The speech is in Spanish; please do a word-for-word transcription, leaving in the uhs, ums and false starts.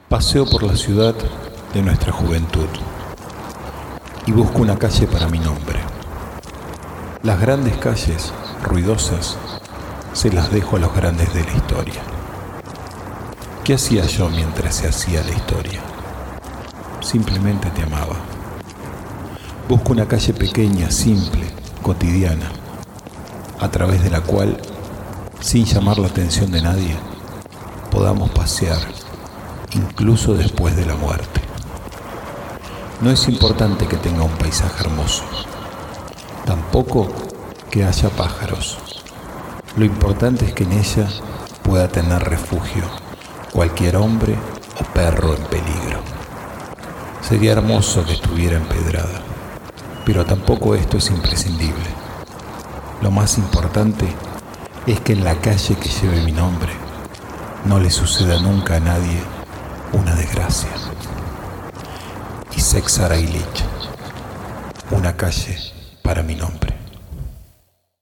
Paseo por la ciudad de nuestra juventud y busco una calle para mi nombre. Las grandes calles, ruidosas, se las dejo a los grandes de la historia. ¿Qué hacía yo mientras se hacía la historia? Simplemente te amaba. Busco una calle pequeña, simple, cotidiana, a través de la cual, sin llamar la atención de nadie, podamos pasear, incluso después de la muerte. No es importante que tenga un paisaje hermoso, tampoco que haya pájaros. Lo importante es que en ella pueda tener refugio cualquier hombre o perro en peligro. Sería hermoso que estuviera empedrada, pero tampoco esto es imprescindible. Lo más importante es que en la calle que lleve mi nombre no le suceda nunca a nadie una desgracia. Isaac Sara Illich, una calle para mi nombre.